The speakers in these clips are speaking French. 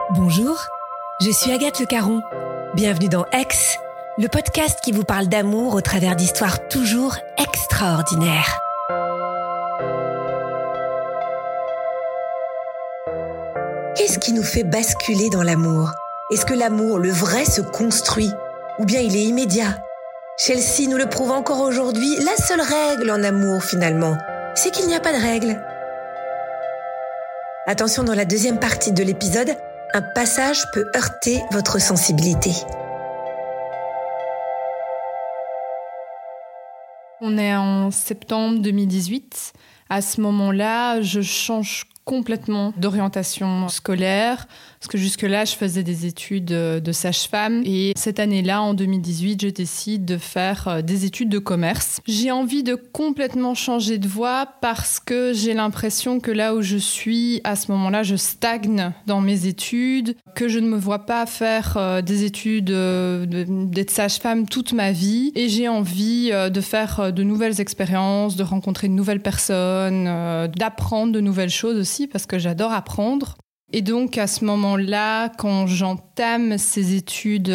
Bonjour, je suis Agathe Le Caron. Bienvenue dans Aix, le podcast qui vous parle d'amour au travers d'histoires toujours extraordinaires. Qu'est-ce qui nous fait basculer dans l'amour ? Est-ce que l'amour, le vrai, se construit ? Ou bien il est immédiat ? Chelsea nous le prouve encore aujourd'hui, la seule règle en amour finalement, c'est qu'il n'y a pas de règle. Attention, dans la deuxième partie de l'épisode, un passage peut heurter votre sensibilité. On est en septembre 2018. À ce moment-là, je change complètement d'orientation scolaire, parce que jusque-là, je faisais des études de sage-femme. Et cette année-là, en 2018, je décide de faire des études de commerce. J'ai envie de complètement changer de voie parce que j'ai l'impression que là où je suis, à ce moment-là, je stagne dans mes études, que je ne me vois pas faire des études d'être sage-femme toute ma vie. Et j'ai envie de faire de nouvelles expériences, de rencontrer de nouvelles personnes, d'apprendre de nouvelles choses aussi, parce que j'adore apprendre. Et donc, à ce moment-là, quand j'entame mes études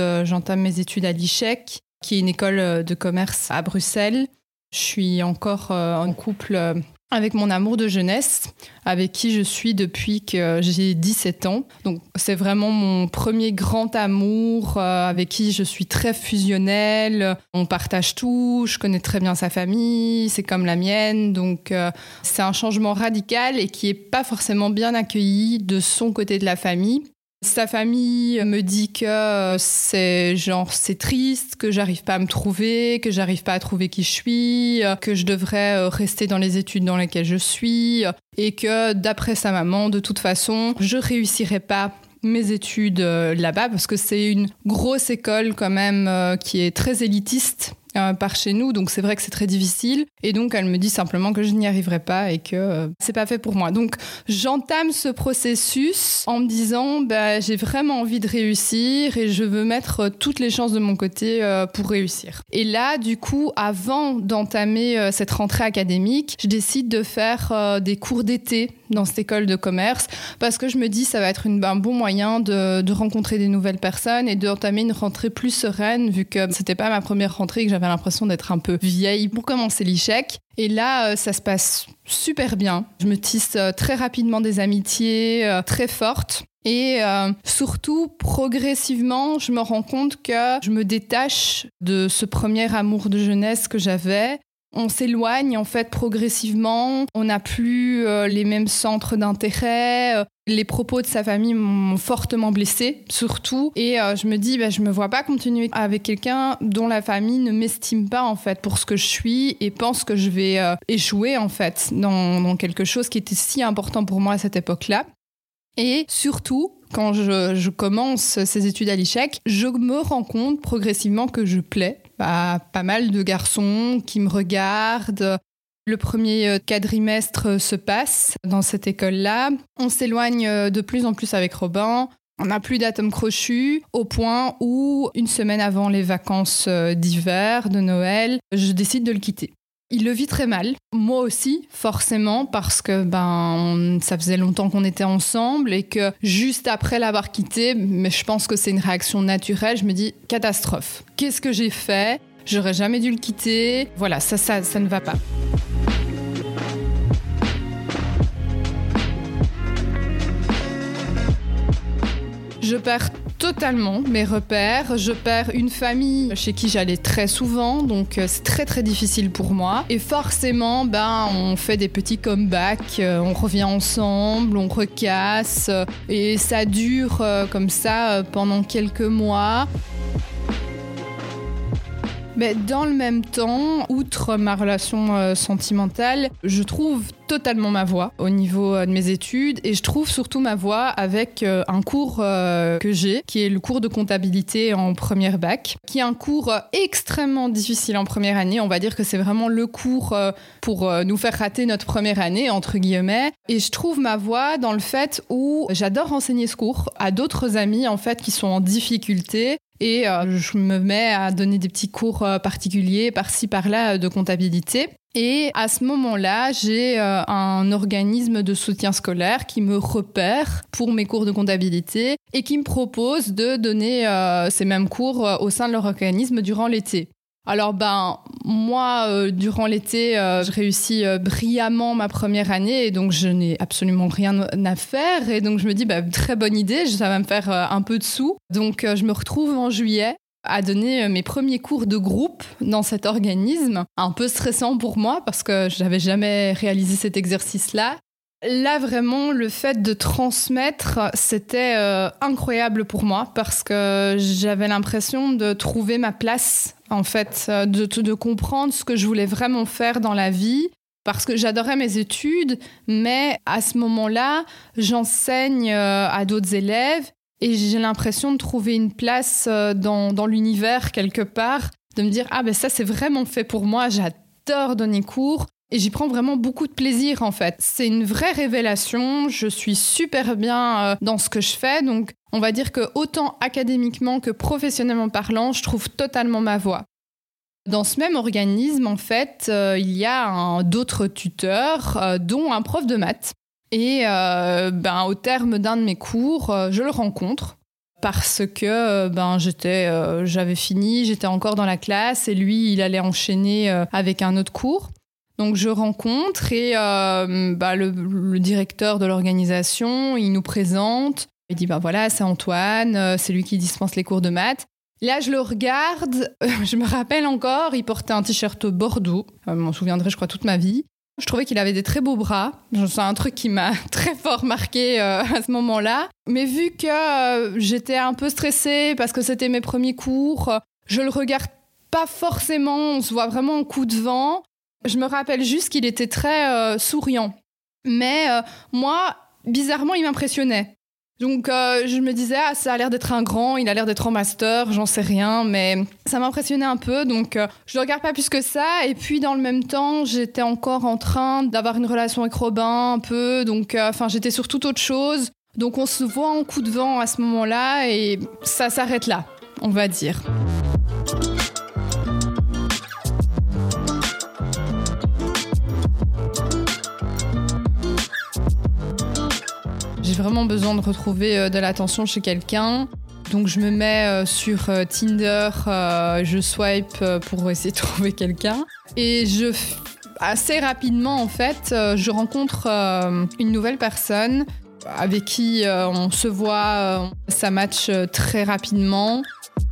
à l'ICHEC, qui est une école de commerce à Bruxelles. Je suis encore en couple avec mon amour de jeunesse, avec qui je suis depuis que j'ai 17 ans. Donc, c'est vraiment mon premier grand amour, avec qui je suis très fusionnelle. On partage tout, je connais très bien sa famille, c'est comme la mienne. Donc, c'est un changement radical et qui n'est pas forcément bien accueilli de son côté de la famille. Sa famille me dit que c'est triste, que j'arrive pas à me trouver, que j'arrive pas à trouver qui je suis, que je devrais rester dans les études dans lesquelles je suis et que d'après sa maman, de toute façon, je réussirais pas mes études là-bas parce que c'est une grosse école quand même qui est très élitiste par chez nous, donc c'est vrai que c'est très difficile. Et donc, elle me dit simplement que je n'y arriverai pas et que c'est pas fait pour moi. Donc, j'entame ce processus en me disant j'ai vraiment envie de réussir et je veux mettre toutes les chances de mon côté pour réussir. Et là, du coup, avant d'entamer cette rentrée académique, je décide de faire des cours d'été dans cette école de commerce parce que je me dis ça va être un bon moyen de rencontrer des nouvelles personnes et d'entamer une rentrée plus sereine vu que c'était pas ma première rentrée et que j'avais l'impression d'être un peu vieille pour commencer l'ICHEC. Et là, ça se passe super bien. Je me tisse très rapidement des amitiés très fortes. Et surtout, progressivement, je me rends compte que je me détache de ce premier amour de jeunesse que j'avais. On s'éloigne en fait progressivement, on n'a plus les mêmes centres d'intérêt. Les propos de sa famille m'ont fortement blessée, surtout. Et je me dis, je me vois pas continuer avec quelqu'un dont la famille ne m'estime pas en fait pour ce que je suis et pense que je vais échouer en fait dans quelque chose qui était si important pour moi à cette époque-là. Et surtout, quand je commence ces études à l'ICHEC, je me rends compte progressivement que je plais à pas mal de garçons qui me regardent. Le premier quadrimestre se passe dans cette école-là. On s'éloigne de plus en plus avec Robin. On n'a plus d'atomes crochus au point où, une semaine avant les vacances d'hiver, de Noël, je décide de le quitter. Il le vit très mal, moi aussi, forcément, parce que ça faisait longtemps qu'on était ensemble et que juste après l'avoir quitté, mais je pense que c'est une réaction naturelle, je me dis catastrophe. Qu'est-ce que j'ai fait ? J'aurais jamais dû le quitter. Voilà, ça ne va pas. Je perds totalement mes repères. Je perds une famille chez qui j'allais très souvent, donc c'est très très difficile pour moi. Et forcément, on fait des petits comebacks, on revient ensemble, on recasse, et ça dure comme ça pendant quelques mois. Mais dans le même temps, outre ma relation sentimentale, je trouve totalement ma voie au niveau de mes études et je trouve surtout ma voie avec un cours que j'ai, qui est le cours de comptabilité en première bac, qui est un cours extrêmement difficile en première année. On va dire que c'est vraiment le cours pour nous faire rater notre première année, entre guillemets. Et je trouve ma voie dans le fait où j'adore enseigner ce cours à d'autres amis en fait qui sont en difficulté Et je me mets à donner des petits cours particuliers par-ci, par-là de comptabilité. Et à ce moment-là, j'ai un organisme de soutien scolaire qui me repère pour mes cours de comptabilité et qui me propose de donner ces mêmes cours au sein de leur organisme durant l'été. Alors moi, durant l'été, je réussis brillamment ma première année et donc je n'ai absolument rien à faire. Et donc je me dis, très bonne idée, ça va me faire un peu de sous. Donc je me retrouve en juillet à donner mes premiers cours de groupe dans cet organisme. Un peu stressant pour moi parce que je n'avais jamais réalisé cet exercice-là. Là, vraiment, le fait de transmettre, c'était incroyable pour moi parce que j'avais l'impression de trouver ma place, en fait, de comprendre ce que je voulais vraiment faire dans la vie. Parce que j'adorais mes études, mais à ce moment-là, j'enseigne à d'autres élèves et j'ai l'impression de trouver une place dans l'univers quelque part, de me dire « Ah, ça, c'est vraiment fait pour moi, j'adore donner cours ». Et j'y prends vraiment beaucoup de plaisir, en fait. C'est une vraie révélation. Je suis super bien dans ce que je fais. Donc, on va dire que autant académiquement que professionnellement parlant, je trouve totalement ma voie. Dans ce même organisme, en fait, il y a d'autres tuteurs, dont un prof de maths. Et au terme d'un de mes cours, je le rencontre. Parce que j'avais fini, j'étais encore dans la classe. Et lui, il allait enchaîner avec un autre cours. Donc je rencontre et le directeur de l'organisation, il nous présente. Il dit voilà, c'est Antoine, c'est lui qui dispense les cours de maths. Là, je le regarde, je me rappelle encore, il portait un t-shirt bordeaux. Je m'en souviendrai, je crois, toute ma vie. Je trouvais qu'il avait des très beaux bras. C'est un truc qui m'a très fort marqué à ce moment-là. Mais vu que j'étais un peu stressée parce que c'était mes premiers cours, je le regarde pas forcément, on se voit vraiment en coup de vent. Je me rappelle juste qu'il était très souriant. Mais moi, bizarrement, il m'impressionnait. Donc, je me disais, ça a l'air d'être un grand, il a l'air d'être en master, j'en sais rien, mais ça m'impressionnait un peu. Donc, je ne le regarde pas plus que ça. Et puis, dans le même temps, j'étais encore en train d'avoir une relation avec Robin un peu. Donc, j'étais sur toute autre chose. Donc, on se voit en coup de vent à ce moment-là et ça s'arrête là, on va dire. J'ai vraiment besoin de retrouver de l'attention chez quelqu'un. Donc je me mets sur Tinder, je swipe pour essayer de trouver quelqu'un. Et assez rapidement, en fait, je rencontre une nouvelle personne avec qui on se voit, ça match très rapidement.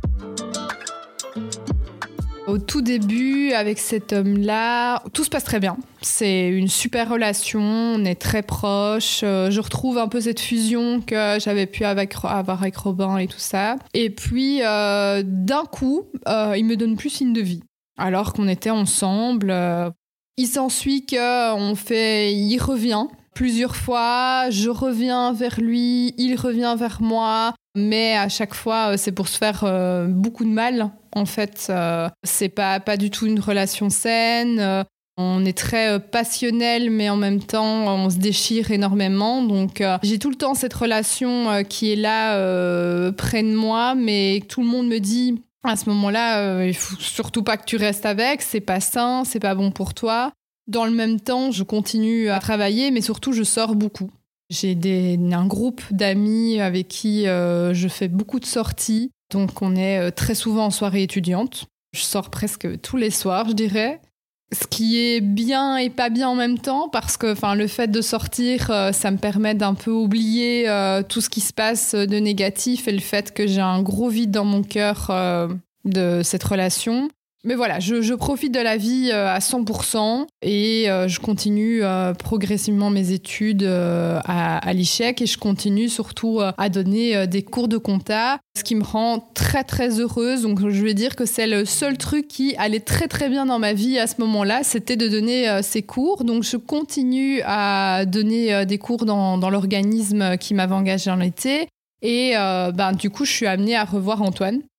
Au tout début, avec cet homme-là, tout se passe très bien. C'est une super relation, on est très proches. Je retrouve un peu cette fusion que j'avais pu avoir avec Robin et tout ça. Et puis, d'un coup, il me donne plus signe de vie. Alors qu'on était ensemble, il s'ensuit il revient plusieurs fois. Je reviens vers lui, il revient vers moi. Mais à chaque fois, c'est pour se faire beaucoup de mal. En fait, c'est pas du tout une relation saine. On est très passionnel, mais en même temps, on se déchire énormément. Donc, j'ai tout le temps cette relation qui est là près de moi, mais tout le monde me dit à ce moment-là, il faut surtout pas que tu restes avec. C'est pas sain, c'est pas bon pour toi. Dans le même temps, je continue à travailler, mais surtout, je sors beaucoup. J'ai un groupe d'amis avec qui je fais beaucoup de sorties. Donc, on est très souvent en soirée étudiante. Je sors presque tous les soirs, je dirais. Ce qui est bien et pas bien en même temps, parce que le fait de sortir, ça me permet d'un peu oublier tout ce qui se passe de négatif et le fait que j'ai un gros vide dans mon cœur de cette relation. Mais voilà, je profite de la vie à 100% et je continue progressivement mes études à l'ICHEC et je continue surtout à donner des cours de compta, ce qui me rend très très heureuse. Donc je vais dire que c'est le seul truc qui allait très très bien dans ma vie à ce moment-là, c'était de donner ces cours. Donc je continue à donner des cours dans l'organisme qui m'avait engagée en été et du coup je suis amenée à revoir Antoine.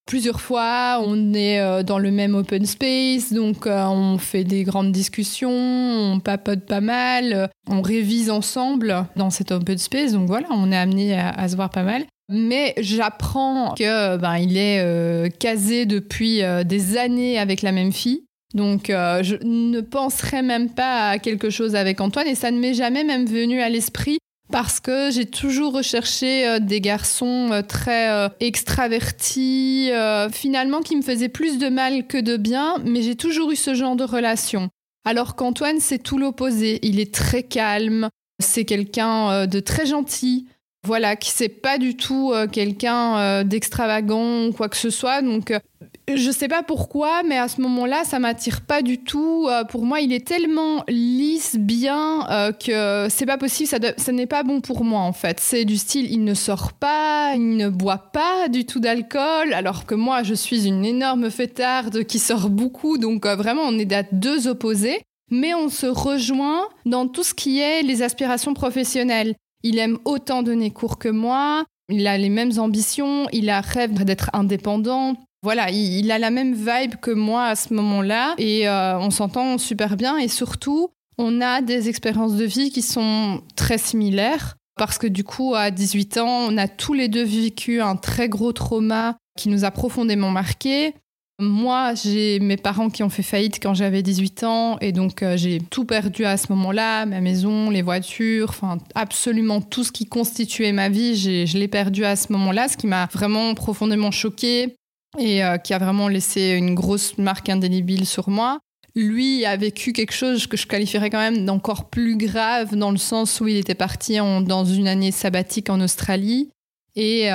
Plusieurs fois, on est dans le même open space, donc on fait des grandes discussions, on papote pas mal, on révise ensemble dans cet open space, donc voilà, on est amené à se voir pas mal. Mais j'apprends que il est casé depuis des années avec la même fille. Donc, je ne penserais même pas à quelque chose avec Antoine et ça ne m'est jamais même venu à l'esprit parce que j'ai toujours recherché des garçons très extravertis, finalement qui me faisaient plus de mal que de bien, mais j'ai toujours eu ce genre de relation. Alors qu'Antoine, c'est tout l'opposé. Il est très calme, c'est quelqu'un de très gentil. Voilà, qui c'est pas du tout quelqu'un d'extravagant ou quoi que ce soit. Donc, je sais pas pourquoi, mais à ce moment-là, ça m'attire pas du tout. Pour moi, il est tellement lisse, bien, que c'est pas possible. Ça n'est pas bon pour moi, en fait. C'est du style, il ne sort pas, il ne boit pas du tout d'alcool, alors que moi, je suis une énorme fêtarde qui sort beaucoup. Donc, vraiment, on est à deux opposés. Mais on se rejoint dans tout ce qui est les aspirations professionnelles. Il aime autant donner cours que moi, il a les mêmes ambitions, il a rêve d'être indépendant. Voilà, il a la même vibe que moi à ce moment-là et on s'entend super bien et surtout, on a des expériences de vie qui sont très similaires parce que du coup, à 18 ans, on a tous les deux vécu un très gros trauma qui nous a profondément marqués. Moi, j'ai mes parents qui ont fait faillite quand j'avais 18 ans et donc j'ai tout perdu à ce moment-là, ma maison, les voitures, enfin absolument tout ce qui constituait ma vie, je l'ai perdu à ce moment-là, ce qui m'a vraiment profondément choquée et qui a vraiment laissé une grosse marque indélébile sur moi. Lui a vécu quelque chose que je qualifierais quand même d'encore plus grave dans le sens où il était parti dans une année sabbatique en Australie. Et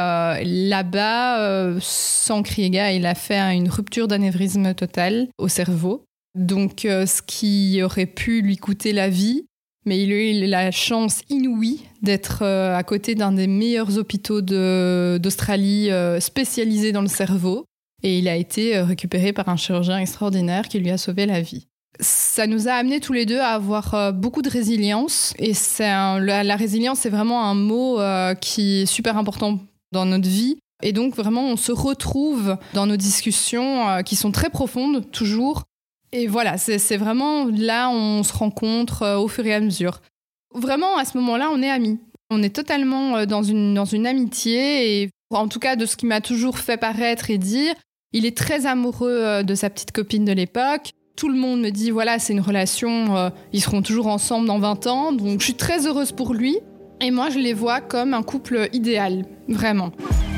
là-bas, sans crier gare, il a fait une rupture d'anévrisme total au cerveau. Donc, ce qui aurait pu lui coûter la vie. Mais il a eu la chance inouïe d'être à côté d'un des meilleurs hôpitaux d'Australie spécialisés dans le cerveau. Et il a été récupéré par un chirurgien extraordinaire qui lui a sauvé la vie. Ça nous a amenés tous les deux à avoir beaucoup de résilience. Et la résilience, c'est vraiment un mot qui est super important dans notre vie. Et donc, vraiment, on se retrouve dans nos discussions qui sont très profondes, toujours. Et voilà, c'est vraiment là, on se rencontre au fur et à mesure. Vraiment, à ce moment-là, on est amis. On est totalement dans une amitié. Et en tout cas, de ce qui m'a toujours fait paraître et dire, il est très amoureux de sa petite copine de l'époque. Tout le monde me dit, voilà, c'est une relation, ils seront toujours ensemble dans 20 ans. Donc, je suis très heureuse pour lui. Et moi, je les vois comme un couple idéal, vraiment.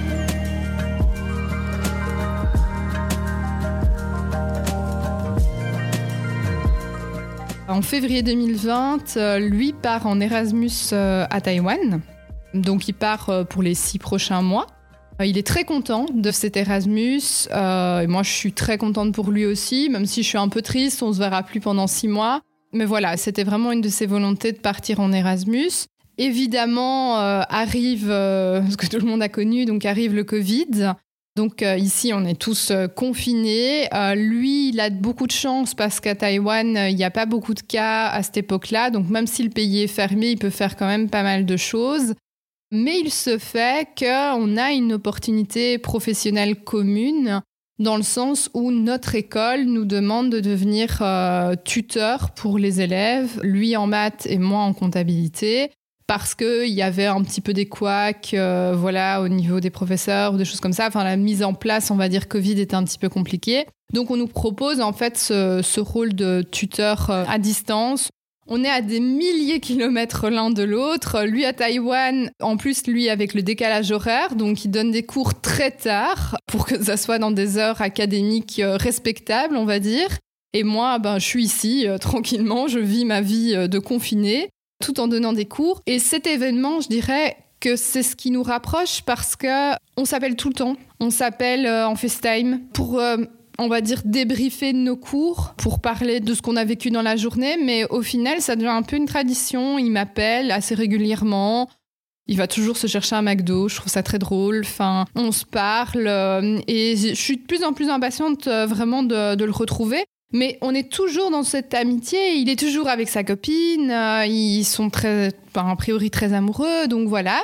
En février 2020, lui part en Erasmus à Taïwan. Donc, il part pour les 6 prochains mois. Il est très content de cet Erasmus. Et moi, je suis très contente pour lui aussi, même si je suis un peu triste. On ne se verra plus pendant 6 mois. Mais voilà, c'était vraiment une de ses volontés de partir en Erasmus. Évidemment, arrive ce que tout le monde a connu, donc arrive le Covid. Donc ici, on est tous confinés. Lui, il a beaucoup de chance parce qu'à Taïwan, il n'y a pas beaucoup de cas à cette époque-là. Donc même si le pays est fermé, il peut faire quand même pas mal de choses. Mais il se fait qu'on a une opportunité professionnelle commune dans le sens où notre école nous demande de devenir tuteur pour les élèves, lui en maths et moi en comptabilité, parce qu'il y avait un petit peu des couacs au niveau des professeurs ou des choses comme ça. Enfin, la mise en place, on va dire, Covid était un petit peu compliquée. Donc, on nous propose en fait ce rôle de tuteur à distance. On est à des milliers de kilomètres l'un de l'autre. Lui à Taïwan, en plus lui avec le décalage horaire, donc il donne des cours très tard pour que ça soit dans des heures académiques respectables, on va dire. Et moi, je suis ici tranquillement, je vis ma vie de confinée tout en donnant des cours. Et cet événement, je dirais que c'est ce qui nous rapproche parce que on s'appelle tout le temps. On s'appelle en FaceTime pour on va dire, débriefer de nos cours pour parler de ce qu'on a vécu dans la journée. Mais au final, ça devient un peu une tradition. Il m'appelle assez régulièrement. Il va toujours se chercher un McDo. Je trouve ça très drôle. Enfin, on se parle. Et je suis de plus en plus impatiente vraiment de le retrouver. Mais on est toujours dans cette amitié. Il est toujours avec sa copine. Ils sont a priori très amoureux. Donc voilà.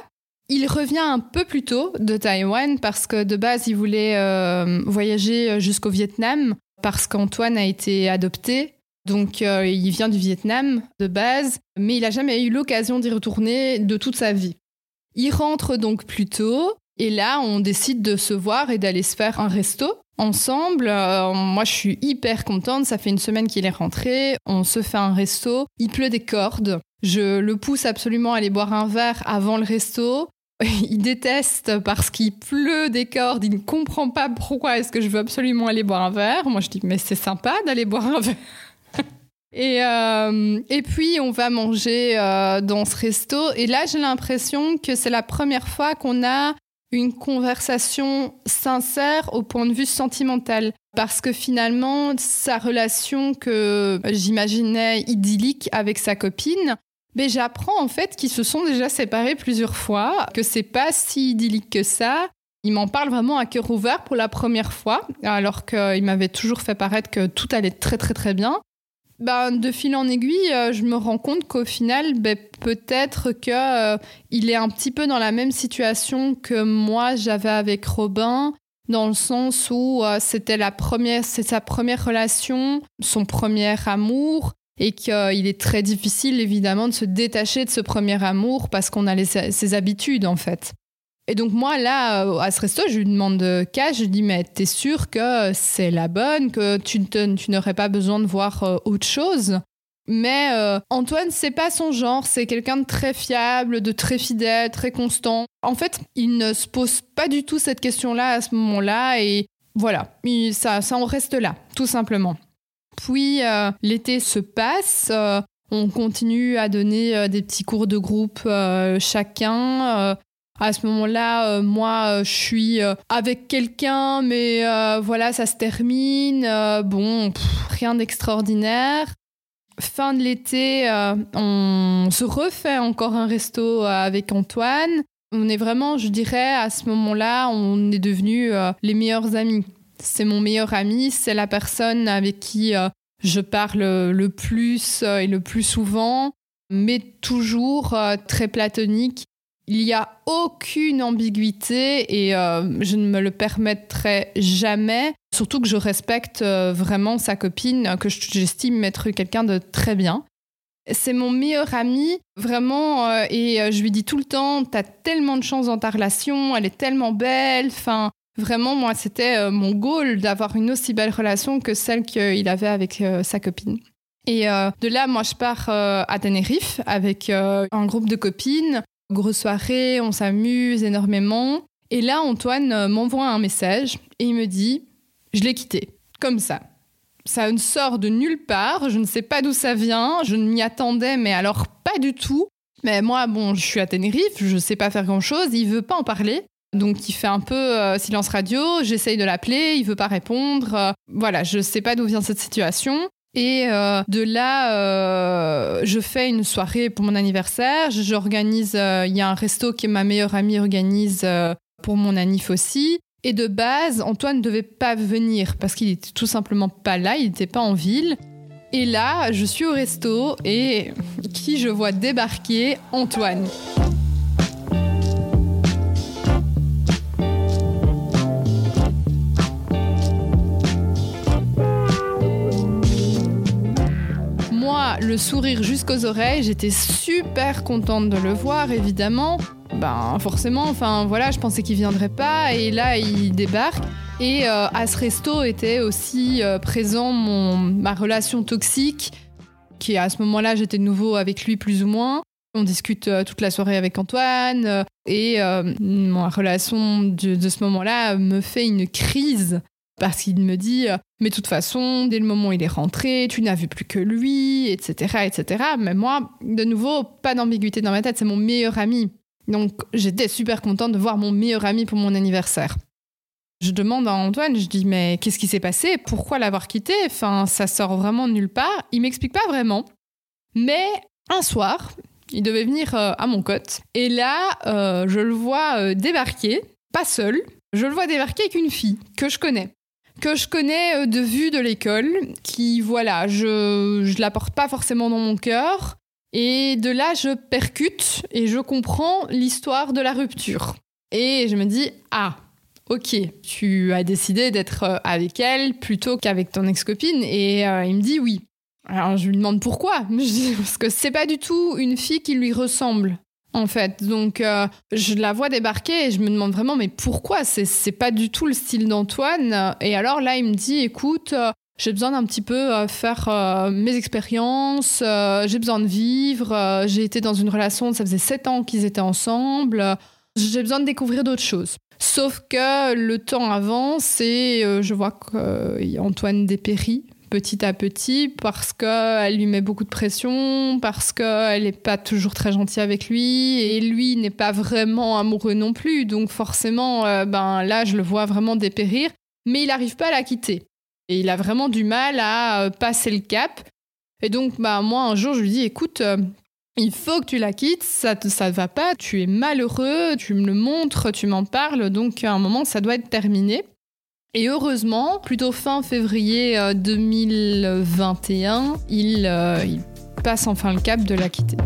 Il revient un peu plus tôt de Taïwan parce que de base, il voulait voyager jusqu'au Vietnam parce qu'Antoine a été adopté. Donc, il vient du Vietnam de base, mais il n'a jamais eu l'occasion d'y retourner de toute sa vie. Il rentre donc plus tôt et là, on décide de se voir et d'aller se faire un resto ensemble. Moi, je suis hyper contente. Ça fait une semaine qu'il est rentré. On se fait un resto. Il pleut des cordes. Je le pousse absolument à aller boire un verre avant le resto. Il déteste parce qu'il pleut des cordes. Il ne comprend pas pourquoi est-ce que je veux absolument aller boire un verre. Moi, je dis, mais c'est sympa d'aller boire un verre. Et puis, on va manger dans ce resto. Et là, j'ai l'impression que c'est la première fois qu'on a une conversation sincère au point de vue sentimental. Parce que finalement, sa relation que j'imaginais idyllique avec sa copine, mais j'apprends en fait qu'ils se sont déjà séparés plusieurs fois, que c'est pas si idyllique que ça. Il m'en parle vraiment à cœur ouvert pour la première fois, alors qu'il m'avait toujours fait paraître que tout allait très très très bien. De fil en aiguille, je me rends compte qu'au final, peut-être qu'il est un petit peu dans la même situation que moi j'avais avec Robin, dans le sens où c'est sa première relation, son premier amour, et qu'il est très difficile évidemment de se détacher de ce premier amour parce qu'on a ses habitudes en fait. Et donc moi là, à ce resto, je lui demande de cash, je lui dis mais t'es sûre que c'est la bonne, que tu n'aurais pas besoin de voir autre chose? Mais Antoine, c'est pas son genre, c'est quelqu'un de très fiable, de très fidèle, très constant. En fait, il ne se pose pas du tout cette question-là à ce moment-là et voilà, ça en reste là, tout simplement. Puis l'été se passe, on continue à donner des petits cours de groupe chacun. À ce moment-là, moi, je suis avec quelqu'un, mais voilà, ça se termine. Rien d'extraordinaire. Fin de l'été, on se refait encore un resto avec Antoine. On est vraiment, je dirais, à ce moment-là, on est devenus les meilleurs amis. C'est mon meilleur ami, c'est la personne avec qui je parle le plus et le plus souvent, mais toujours très platonique. Il n'y a aucune ambiguïté et je ne me le permettrai jamais, surtout que je respecte vraiment sa copine, que j'estime être quelqu'un de très bien. C'est mon meilleur ami, vraiment, et je lui dis tout le temps, t'as tellement de chance dans ta relation, elle est tellement belle, enfin... Vraiment, moi, c'était mon goal d'avoir une aussi belle relation que celle qu'il avait avec sa copine. Et de là, moi, je pars à Tenerife avec un groupe de copines. Grosse soirée, on s'amuse énormément. Et là, Antoine m'envoie un message et il me dit « Je l'ai quitté, comme ça. Ça ne sort de nulle part, je ne sais pas d'où ça vient, je ne m'y attendais, mais alors pas du tout. Mais moi, je suis à Tenerife, je ne sais pas faire grand-chose, il ne veut pas en parler. » Donc, il fait un peu silence radio, j'essaye de l'appeler, il veut pas répondre. Voilà, je sais pas d'où vient cette situation. Et de là, je fais une soirée pour mon anniversaire. J'organise, il y a un resto que ma meilleure amie organise pour mon anniv aussi. Et de base, Antoine ne devait pas venir parce qu'il était tout simplement pas là, il n'était pas en ville. Et là, je suis au resto et qui je vois débarquer? Antoine. Le sourire jusqu'aux oreilles, j'étais super contente de le voir, évidemment. Forcément, je pensais qu'il viendrait pas, et là, il débarque. Et à ce resto était aussi présent ma relation toxique, qui à ce moment-là, j'étais de nouveau avec lui plus ou moins. On discute toute la soirée avec Antoine, et ma relation de ce moment-là me fait une crise. Parce qu'il me dit « Mais de toute façon, dès le moment où il est rentré, tu n'as vu plus que lui, etc. etc. » Mais moi, de nouveau, pas d'ambiguïté dans ma tête, c'est mon meilleur ami. Donc, j'étais super contente de voir mon meilleur ami pour mon anniversaire. Je demande à Antoine, je dis « Mais qu'est-ce qui s'est passé? Pourquoi l'avoir quitté? Ça sort vraiment de nulle part. » Il m'explique pas vraiment. Mais un soir, il devait venir à mon cote. Et là, je le vois débarquer, pas seul. Je le vois débarquer avec une fille que je connais de vue de l'école, qui, voilà, je la porte pas forcément dans mon cœur. Et de là, je percute et je comprends l'histoire de la rupture. Et je me dis, ah, ok, tu as décidé d'être avec elle plutôt qu'avec ton ex-copine. Et il me dit oui. Alors je lui demande pourquoi. Je dis, parce que c'est pas du tout une fille qui lui ressemble, en fait. Donc je la vois débarquer et je me demande vraiment, mais pourquoi ? C'est pas du tout le style d'Antoine. Et alors là, il me dit, écoute, j'ai besoin d'un petit peu faire mes expériences, j'ai besoin de vivre, j'ai été dans une relation, ça faisait 7 ans qu'ils étaient ensemble, j'ai besoin de découvrir d'autres choses. Sauf que le temps avance et je vois qu'Antoine dépérit petit à petit parce qu'elle lui met beaucoup de pression, parce qu'elle n'est pas toujours très gentille avec lui et lui n'est pas vraiment amoureux non plus. Donc forcément, là, je le vois vraiment dépérir, mais il n'arrive pas à la quitter. Et il a vraiment du mal à passer le cap. Et donc, moi, un jour, je lui dis, écoute, il faut que tu la quittes, ça ne va pas, tu es malheureux, tu me le montres, tu m'en parles, donc à un moment, ça doit être terminé. Et heureusement, plutôt fin février 2021, il passe enfin le cap de la quitter.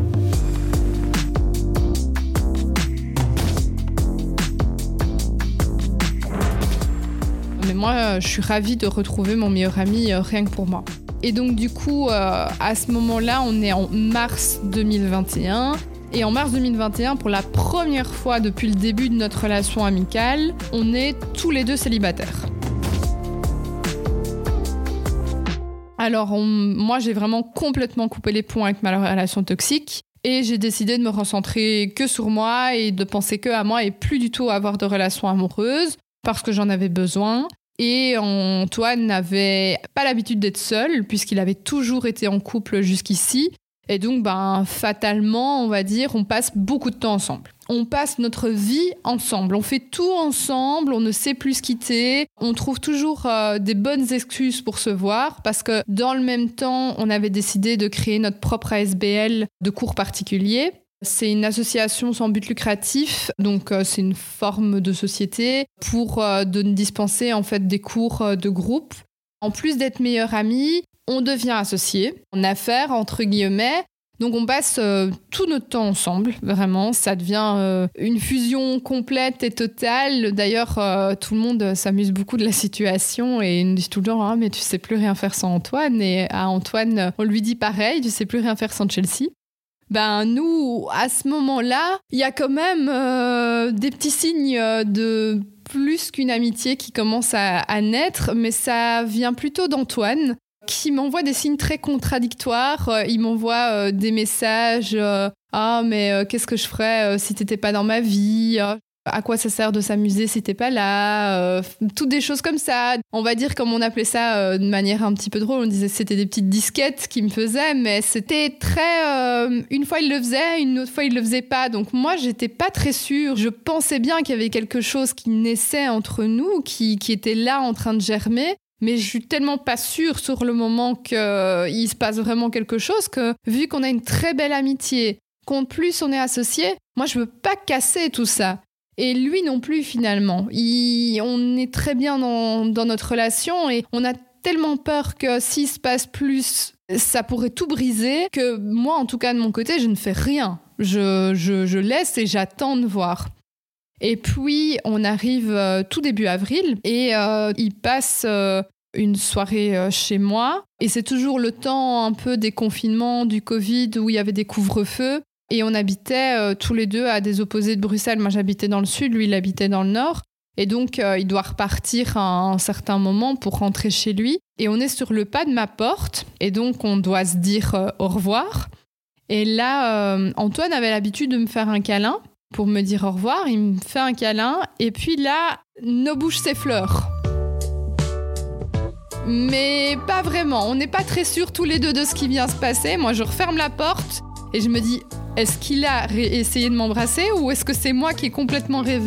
Mais moi, je suis ravie de retrouver mon meilleur ami rien que pour moi. Et donc du coup, à ce moment-là, on est en mars 2021. Et en mars 2021, pour la première fois depuis le début de notre relation amicale, on est tous les deux célibataires. Alors, moi, j'ai vraiment complètement coupé les ponts avec ma relation toxique. Et j'ai décidé de me recentrer que sur moi et de penser que à moi et plus du tout à avoir de relations amoureuses parce que j'en avais besoin. Et Antoine n'avait pas l'habitude d'être seul puisqu'il avait toujours été en couple jusqu'ici. Et donc, fatalement, on va dire, on passe beaucoup de temps ensemble. On passe notre vie ensemble. On fait tout ensemble, on ne sait plus se quitter. On trouve toujours des bonnes excuses pour se voir parce que dans le même temps, on avait décidé de créer notre propre ASBL de cours particuliers. C'est une association sans but lucratif, donc c'est une forme de société pour dispenser en fait des cours de groupe. En plus d'être meilleurs amis, on devient associés en affaires, entre guillemets. Donc on passe tout notre temps ensemble, vraiment. Ça devient une fusion complète et totale. D'ailleurs, tout le monde s'amuse beaucoup de la situation et nous dit tout le temps « Ah, mais tu sais plus rien faire sans Antoine ». Et à Antoine, on lui dit pareil « Tu sais plus rien faire sans Chelsea ». Nous, à ce moment-là, il y a quand même des petits signes de plus qu'une amitié qui commence à naître, mais ça vient plutôt d'Antoine, qui m'envoie des signes très contradictoires. Il m'envoie des messages « Ah, mais qu'est-ce que je ferais si t'étais pas dans ma vie ? À quoi ça sert de s'amuser si t'es pas là ?» Toutes des choses comme ça. On va dire, comme on appelait ça de manière un petit peu drôle, on disait que c'était des petites disquettes qu'il me faisait, mais c'était très... une fois il le faisait, une autre fois il le faisait pas. Donc moi, j'étais pas très sûre. Je pensais bien qu'il y avait quelque chose qui naissait entre nous, qui était là en train de germer. Mais je suis tellement pas sûre sur le moment qu'il se passe vraiment quelque chose que, vu qu'on a une très belle amitié, qu'en plus on est associés, moi je veux pas casser tout ça. Et lui non plus finalement. On est très bien dans notre relation et on a tellement peur que s'il se passe plus, ça pourrait tout briser, que moi en tout cas de mon côté, je ne fais rien. Je laisse et j'attends de voir. Et puis, on arrive tout début avril et il passe une soirée chez moi. Et c'est toujours le temps un peu des confinements, du Covid, où il y avait des couvre-feux. Et on habitait tous les deux à des opposés de Bruxelles. Moi, j'habitais dans le sud, lui, il habitait dans le nord. Et donc, il doit repartir à un certain moment pour rentrer chez lui. Et on est sur le pas de ma porte. Et donc, on doit se dire au revoir. Et là, Antoine avait l'habitude de me faire un câlin pour me dire au revoir. Il me fait un câlin et puis là, nos bouches s'effleurent. Mais pas vraiment. On n'est pas très sûrs tous les deux de ce qui vient se passer. Moi, je referme la porte et je me dis, est-ce qu'il a essayé de m'embrasser ou est-ce que c'est moi qui ai complètement rêvé ?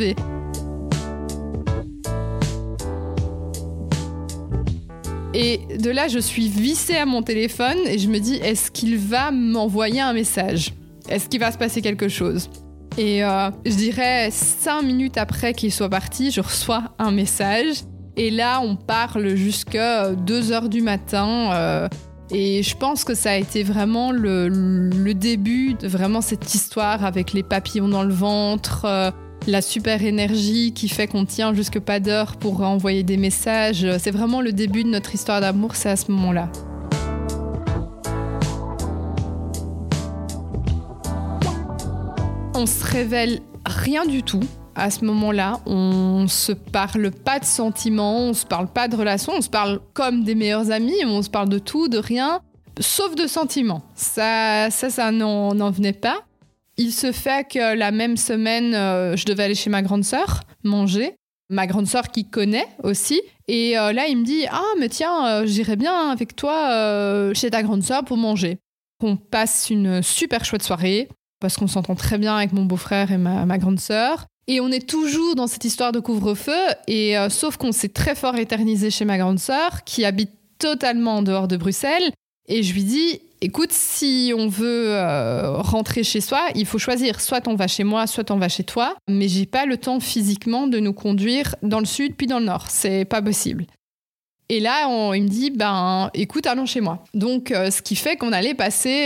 Et de là, je suis vissée à mon téléphone et je me dis, est-ce qu'il va m'envoyer un message ? Est-ce qu'il va se passer quelque chose ? Et je dirais 5 minutes après qu'il soit parti, je reçois un message. Et là, on parle jusqu'à 2h du matin. Et je pense que ça a été vraiment le début de vraiment cette histoire avec les papillons dans le ventre, la super énergie qui fait qu'on tient jusque pas d'heure pour envoyer des messages. C'est vraiment le début de notre histoire d'amour, c'est à ce moment-là. On se révèle rien du tout. À ce moment-là, on se parle pas de sentiments, on se parle pas de relations, on se parle comme des meilleurs amis, on se parle de tout, de rien, sauf de sentiments. Ça n'en venait pas. Il se fait que la même semaine, je devais aller chez ma grande sœur manger. Ma grande sœur qui connaît aussi. Et là, il me dit « Ah, mais tiens, j'irai bien avec toi chez ta grande sœur pour manger. » On passe une super chouette soirée parce qu'on s'entend très bien avec mon beau-frère et ma grande sœur. Et on est toujours dans cette histoire de couvre-feu, et sauf qu'on s'est très fort éternisé chez ma grande sœur, qui habite totalement en dehors de Bruxelles. Et je lui dis, écoute, si on veut rentrer chez soi, il faut choisir. Soit on va chez moi, soit on va chez toi. Mais j'ai pas le temps physiquement de nous conduire dans le sud puis dans le nord. C'est pas possible. Et là, il me dit, écoute, allons chez moi. Donc, ce qui fait qu'on allait passer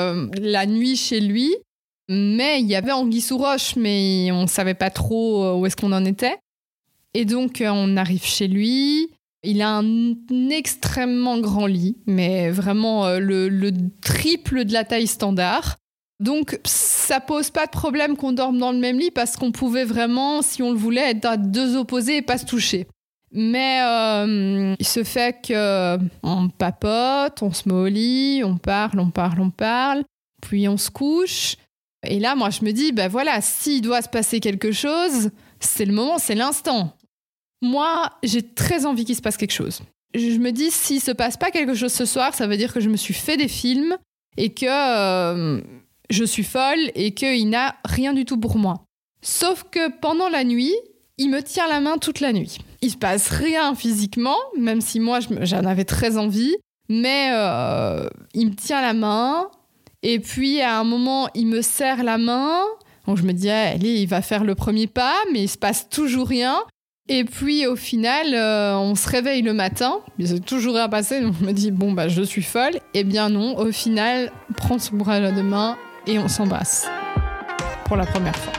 la nuit chez lui. Mais il y avait anguille sous roche, mais on ne savait pas trop où est-ce qu'on en était. Et donc, on arrive chez lui. Il a un extrêmement grand lit, mais vraiment le triple de la taille standard. Donc, ça pose pas de problème qu'on dorme dans le même lit parce qu'on pouvait vraiment, si on le voulait, être à deux opposés et pas se toucher. Mais il se fait qu'on papote, on se met au lit, on parle, puis on se couche. Et là, moi, je me dis, voilà, s'il doit se passer quelque chose, c'est le moment, c'est l'instant. Moi, j'ai très envie qu'il se passe quelque chose. Je me dis, s'il se passe pas quelque chose ce soir, ça veut dire que je me suis fait des films et que je suis folle et qu'il n'a rien du tout pour moi. Sauf que pendant la nuit, il me tient la main toute la nuit. Il se passe rien physiquement, même si moi, j'en avais très envie, mais il me tient la main. Et puis, à un moment, il me serre la main. Donc, je me dis, allez, il va faire le premier pas, mais il se passe toujours rien. Et puis, au final, on se réveille le matin. Il s'est toujours rien passé. Donc, je me dis, je suis folle. Eh bien non, au final, on prend son courage à deux mains et on s'embrasse. Pour la première fois.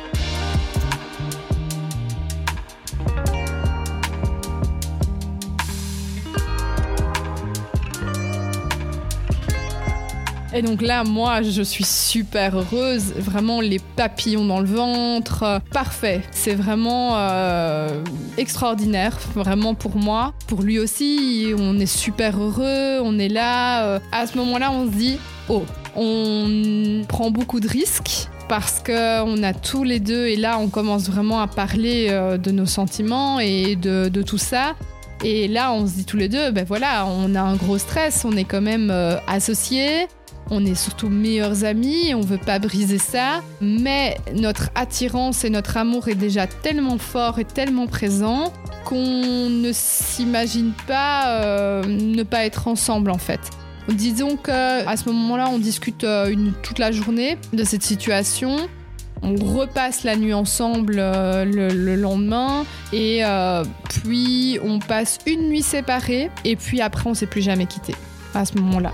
Et donc là, moi, je suis super heureuse. Vraiment, les papillons dans le ventre. Parfait. C'est vraiment extraordinaire, vraiment pour moi. Pour lui aussi, on est super heureux. On est là. À ce moment-là, on se dit, on prend beaucoup de risques parce qu'on a tous les deux. Et là, on commence vraiment à parler de nos sentiments et de tout ça. Et là, on se dit tous les deux, on a un gros stress. On est quand même associés. On est surtout meilleurs amis, on veut pas briser ça, mais notre attirance et notre amour est déjà tellement fort et tellement présent qu'on ne s'imagine pas ne pas être ensemble en fait. Disons qu'à ce moment-là, on discute toute la journée de cette situation. On repasse la nuit ensemble le lendemain et puis on passe une nuit séparée et puis après on s'est plus jamais quittés à ce moment-là.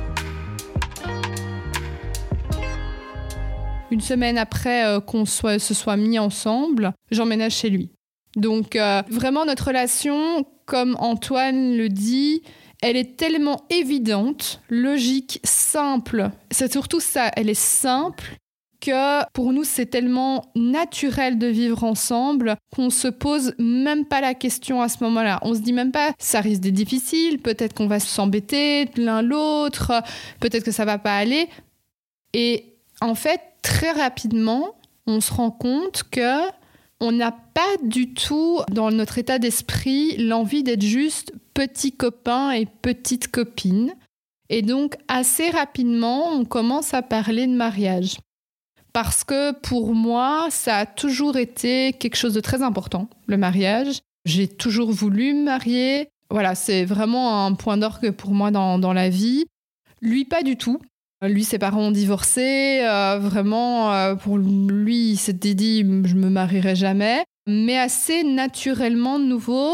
Une semaine après qu'on se soit mis ensemble, j'emménage chez lui. Donc vraiment notre relation, comme Antoine le dit, elle est tellement évidente, logique, simple. C'est surtout ça, elle est simple que pour nous c'est tellement naturel de vivre ensemble qu'on se pose même pas la question à ce moment-là. On se dit même pas ça risque d'être difficile, peut-être qu'on va s'embêter l'un l'autre, peut-être que ça va pas aller. Et en fait, très rapidement, on se rend compte que on n'a pas du tout, dans notre état d'esprit, l'envie d'être juste petit copain et petite copine. Et donc, assez rapidement, on commence à parler de mariage. Parce que pour moi, ça a toujours été quelque chose de très important, le mariage. J'ai toujours voulu me marier. Voilà, c'est vraiment un point d'orgue pour moi dans la vie. Lui, pas du tout. Lui, ses parents ont divorcé. Pour lui, il s'était dit « je me marierai jamais ». Mais assez naturellement, de nouveau,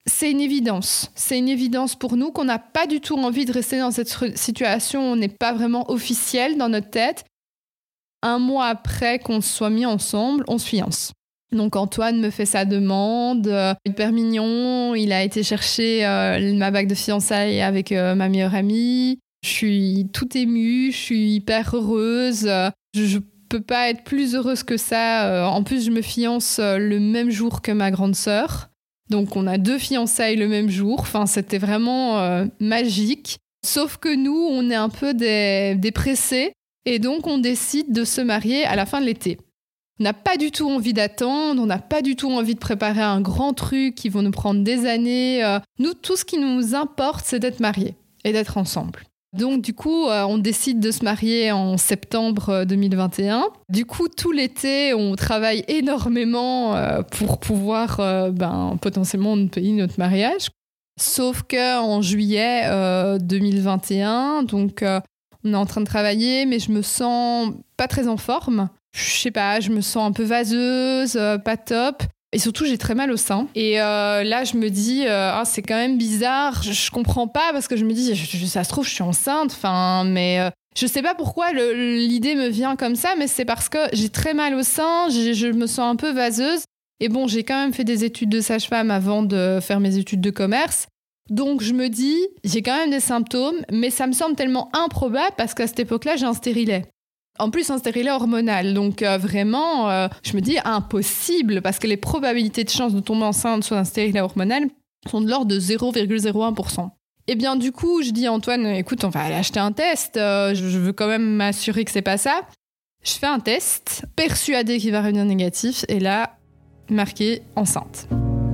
C'est une évidence. C'est une évidence pour nous qu'on n'a pas du tout envie de rester dans cette situation. On n'est pas vraiment officiel dans notre tête. 1 mois après qu'on se soit mis ensemble, on se fiance. Donc Antoine me fait sa demande, hyper mignon. Il a été chercher ma bague de fiançailles avec ma meilleure amie. Je suis toute émue, je suis hyper heureuse. Je peux pas être plus heureuse que ça. En plus, je me fiance le même jour que ma grande sœur. Donc on a 2 fiançailles le même jour. Enfin, c'était vraiment magique. Sauf que nous, on est un peu des pressés. Et donc, on décide de se marier à la fin de l'été. On n'a pas du tout envie d'attendre, on n'a pas du tout envie de préparer un grand truc qui va nous prendre des années. Nous, tout ce qui nous importe, c'est d'être mariés et d'être ensemble. Donc, du coup, on décide de se marier en septembre 2021. Du coup, tout l'été, on travaille énormément pour pouvoir potentiellement nous payer notre mariage. Sauf qu'en juillet 2021, donc... on est en train de travailler, mais je me sens pas très en forme. Je sais pas, je me sens un peu vaseuse, pas top. Et surtout, j'ai très mal au sein. Et là, je me dis, c'est quand même bizarre. Je comprends pas parce que je me dis, ça se trouve, je suis enceinte. Enfin, mais je sais pas pourquoi l'idée me vient comme ça, mais c'est parce que j'ai très mal au sein, je me sens un peu vaseuse. Et bon, j'ai quand même fait des études de sage-femme avant de faire mes études de commerce. Donc je me dis, j'ai quand même des symptômes, mais ça me semble tellement improbable parce qu'à cette époque-là, j'ai un stérilet. En plus, un stérilet hormonal. Donc vraiment, je me dis impossible parce que les probabilités de chance de tomber enceinte sur un stérilet hormonal sont de l'ordre de 0,01%. Et bien du coup, je dis à Antoine, écoute, on va aller acheter un test. Je veux quand même m'assurer que c'est pas ça. Je fais un test, persuadée qu'il va revenir négatif, et là, marqué enceinte.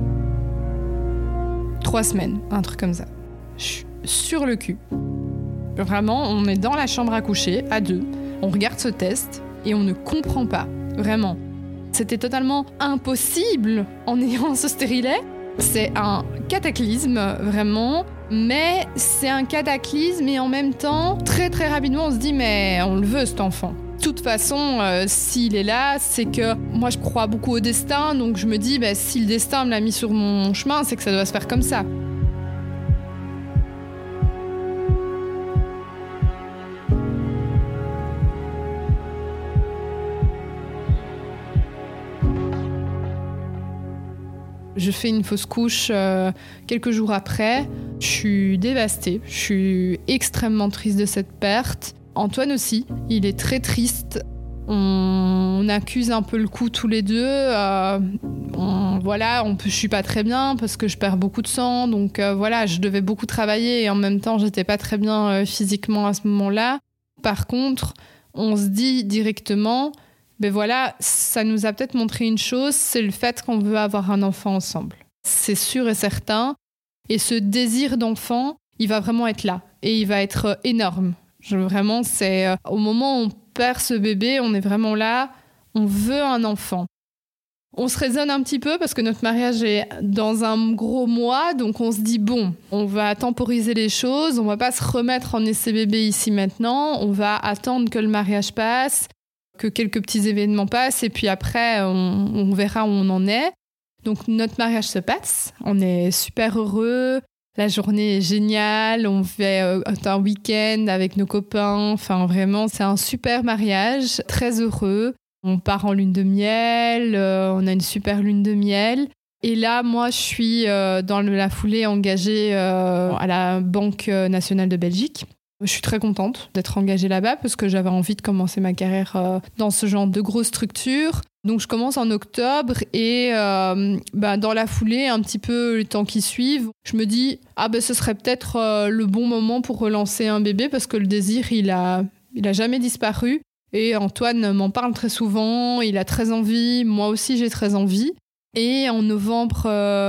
3 semaines, un truc comme ça. Je suis sur le cul. Vraiment, on est dans la chambre à coucher, à 2. On regarde ce test et on ne comprend pas. Vraiment. C'était totalement impossible en ayant ce stérilet. C'est un cataclysme, vraiment. Mais c'est un cataclysme et en même temps, très très rapidement, on se dit mais on le veut cet enfant. De toute façon, s'il est là, c'est que moi je crois beaucoup au destin, donc je me dis si le destin me l'a mis sur mon chemin, c'est que ça doit se faire comme ça. Je fais une fausse couche quelques jours après. Je suis dévastée, je suis extrêmement triste de cette perte. Antoine aussi, il est très triste. On accuse un peu le coup tous les deux. Je suis pas très bien parce que je perds beaucoup de sang. Donc je devais beaucoup travailler et en même temps, j'étais pas très bien physiquement à ce moment-là. Par contre, on se dit directement, ça nous a peut-être montré une chose, c'est le fait qu'on veut avoir un enfant ensemble. C'est sûr et certain. Et ce désir d'enfant, il va vraiment être là. Et il va être énorme. Vraiment, c'est au moment où on perd ce bébé, on est vraiment là, on veut un enfant. On se raisonne un petit peu parce que notre mariage est dans un gros mois, donc on se dit on va temporiser les choses, on va pas se remettre en essai bébé ici maintenant, on va attendre que le mariage passe, que quelques petits événements passent et puis après on verra où on en est. Donc notre mariage se passe, on est super heureux. La journée est géniale, on fait un week-end avec nos copains. Enfin, vraiment, c'est un super mariage, très heureux. On part en lune de miel, on a une super lune de miel. Et là, moi, je suis dans la foulée engagée à la Banque nationale de Belgique. Je suis très contente d'être engagée là-bas parce que j'avais envie de commencer ma carrière dans ce genre de grosse structure. Donc je commence en octobre et dans la foulée, un petit peu le temps qui suit, je me dis ce serait peut-être le bon moment pour relancer un bébé parce que le désir, il a jamais disparu. Et Antoine m'en parle très souvent, il a très envie, moi aussi j'ai très envie. Et en novembre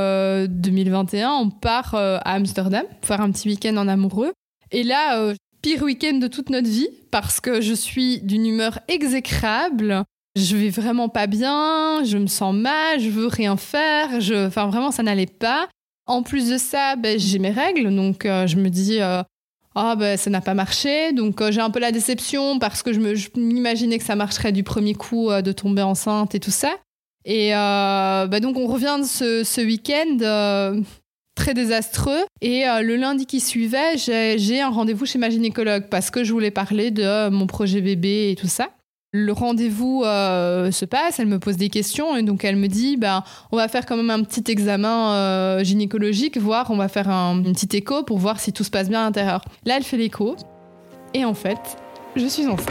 2021, on part à Amsterdam pour faire un petit week-end en amoureux. Et là, pire week-end de toute notre vie parce que je suis d'une humeur exécrable. Je vais vraiment pas bien, je me sens mal, je veux rien faire. Vraiment, ça n'allait pas. En plus de ça, j'ai mes règles, donc je me dis ça n'a pas marché. Donc j'ai un peu la déception parce que je m'imaginais que ça marcherait du premier coup de tomber enceinte et tout ça. Et donc on revient de ce week-end très désastreux. Et le lundi qui suivait, j'ai un rendez-vous chez ma gynécologue parce que je voulais parler de mon projet bébé et tout ça. Le rendez-vous se passe, elle me pose des questions et donc elle me dit on va faire quand même un petit examen gynécologique, on va faire une petite écho pour voir si tout se passe bien à l'intérieur. Là, elle fait l'écho et en fait, je suis enceinte.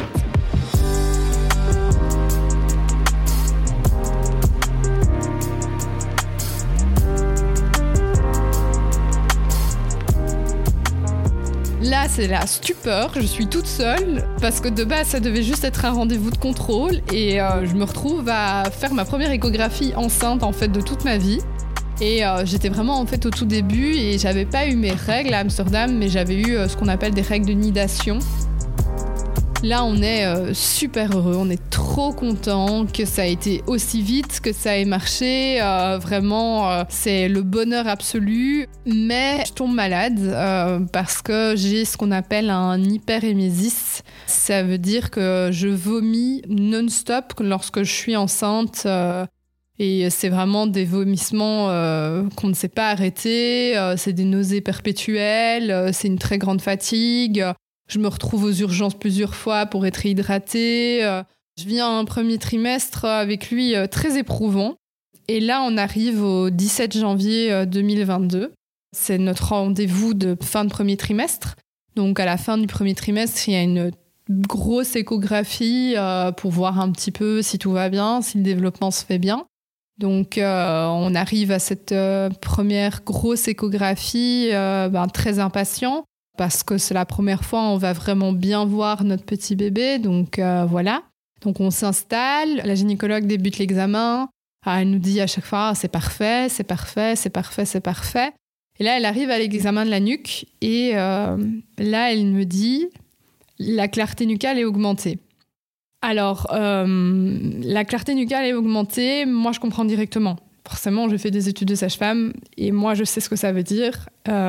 Là, c'est la stupeur, je suis toute seule parce que de base, ça devait juste être un rendez-vous de contrôle et je me retrouve à faire ma première échographie enceinte en fait de toute ma vie. Et j'étais vraiment en fait au tout début et j'avais pas eu mes règles à Amsterdam, mais j'avais eu ce qu'on appelle des règles de nidation. Là, on est super heureux, on est trop content que ça ait été aussi vite, que ça ait marché. Vraiment, c'est le bonheur absolu. Mais je tombe malade parce que j'ai ce qu'on appelle un hyperémesis. Ça veut dire que je vomis non-stop lorsque je suis enceinte. Et c'est vraiment des vomissements qu'on ne sait pas arrêter. C'est des nausées perpétuelles. C'est une très grande fatigue. Je me retrouve aux urgences plusieurs fois pour être hydratée. Je vis un premier trimestre avec lui très éprouvant. Et là, on arrive au 17 janvier 2022. C'est notre rendez-vous de fin de premier trimestre. Donc, à la fin du premier trimestre, il y a une grosse échographie pour voir un petit peu si tout va bien, si le développement se fait bien. Donc, on arrive à cette première grosse échographie très impatient. Parce que c'est la première fois on va vraiment bien voir notre petit bébé. Donc voilà. Donc on s'installe, la gynécologue débute l'examen. Elle nous dit à chaque fois c'est parfait, c'est parfait, c'est parfait, c'est parfait. Et là, elle arrive à l'examen de la nuque et là, elle me dit la clarté nucale est augmentée. Alors, la clarté nucale est augmentée, moi je comprends directement. Forcément, j'ai fait des études de sage-femme et moi je sais ce que ça veut dire.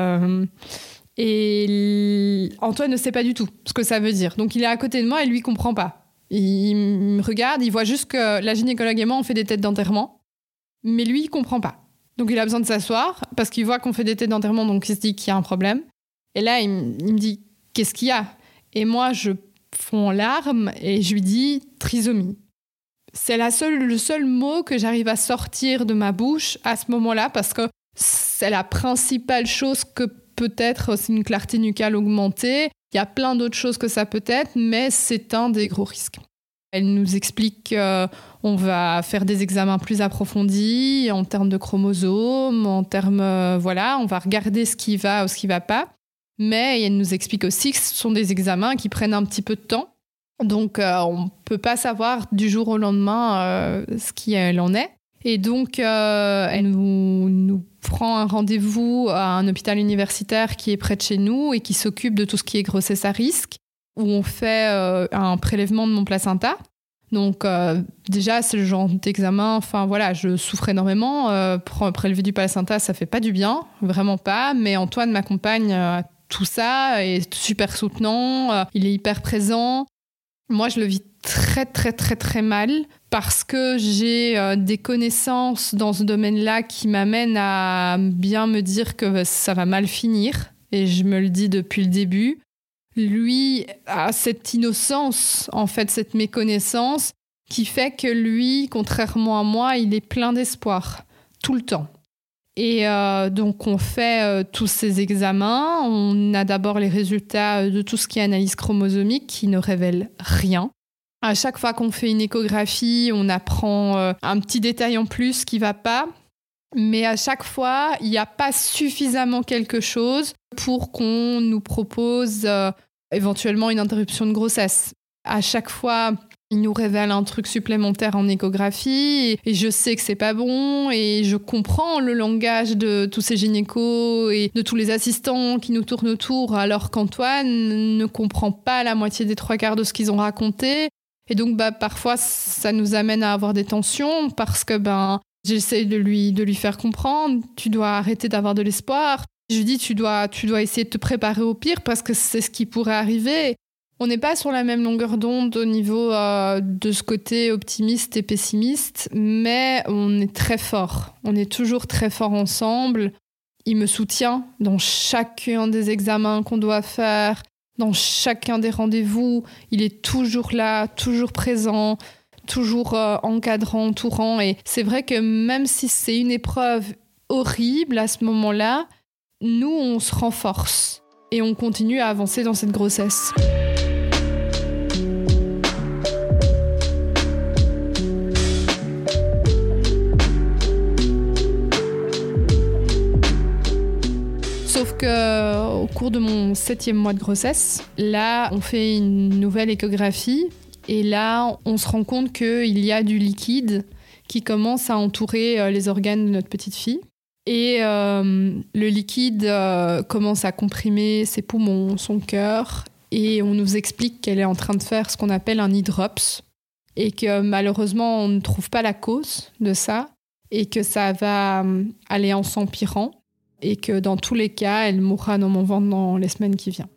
Et Antoine ne sait pas du tout ce que ça veut dire. Donc il est à côté de moi et lui, il comprend pas. Il me regarde, il voit juste que la gynécologue et moi, on fait des têtes d'enterrement. Mais lui, il comprend pas. Donc il a besoin de s'asseoir parce qu'il voit qu'on fait des têtes d'enterrement, donc il se dit qu'il y a un problème. Et là, il me dit « Qu'est-ce qu'il y a ?» Et moi, je fonds en larmes et je lui dis « Trisomie ». C'est le seul mot que j'arrive à sortir de ma bouche à ce moment-là parce que c'est la principale chose que peut-être aussi une clarté nucale augmentée. Il y a plein d'autres choses que ça peut être, mais c'est un des gros risques. Elle nous explique qu'on va faire des examens plus approfondis en termes de chromosomes, en termes, on va regarder ce qui va ou ce qui ne va pas. Mais elle nous explique aussi que ce sont des examens qui prennent un petit peu de temps. Donc, on ne peut pas savoir du jour au lendemain ce qu'il en est. Et donc, elle nous prend un rendez-vous à un hôpital universitaire qui est près de chez nous et qui s'occupe de tout ce qui est grossesse à risque, où on fait un prélèvement de mon placenta. Donc, déjà, c'est le genre d'examen, je souffre énormément. Prélever du placenta, ça fait pas du bien, vraiment pas. Mais Antoine m'accompagne à tout ça, est super soutenant, il est hyper présent. Moi, je le vis très, très, très, très mal parce que j'ai des connaissances dans ce domaine-là qui m'amènent à bien me dire que ça va mal finir. Et je me le dis depuis le début. Lui a cette innocence, en fait, cette méconnaissance qui fait que lui, contrairement à moi, il est plein d'espoir, tout le temps. Et donc, on fait tous ces examens. On a d'abord les résultats de tout ce qui est analyse chromosomique qui ne révèlent rien. À chaque fois qu'on fait une échographie, on apprend un petit détail en plus qui ne va pas. Mais à chaque fois, il n'y a pas suffisamment quelque chose pour qu'on nous propose éventuellement une interruption de grossesse. À chaque fois, il nous révèle un truc supplémentaire en échographie et je sais que c'est pas bon et je comprends le langage de tous ces gynécos et de tous les assistants qui nous tournent autour alors qu'Antoine ne comprend pas la moitié des 3/4 de ce qu'ils ont raconté. Et donc, parfois, ça nous amène à avoir des tensions parce que j'essaie de lui faire comprendre, tu dois arrêter d'avoir de l'espoir. Je lui dis, tu dois essayer de te préparer au pire parce que c'est ce qui pourrait arriver. On n'est pas sur la même longueur d'onde au niveau de ce côté optimiste et pessimiste, mais on est très fort. On est toujours très fort ensemble. Il me soutient dans chacun des examens qu'on doit faire, dans chacun des rendez-vous. Il est toujours là, toujours présent, toujours encadrant, entourant. Et c'est vrai que même si c'est une épreuve horrible à ce moment-là, nous, on se renforce et on continue à avancer dans cette grossesse. Sauf qu'au cours de mon 7e mois de grossesse, là, on fait une nouvelle échographie et là, on se rend compte qu'il y a du liquide qui commence à entourer les organes de notre petite fille. Et le liquide commence à comprimer ses poumons, son cœur, et on nous explique qu'elle est en train de faire ce qu'on appelle un hydrops et que malheureusement, on ne trouve pas la cause de ça et que ça va aller en s'empirant. Et que dans tous les cas, elle mourra dans mon ventre dans les semaines qui viennent.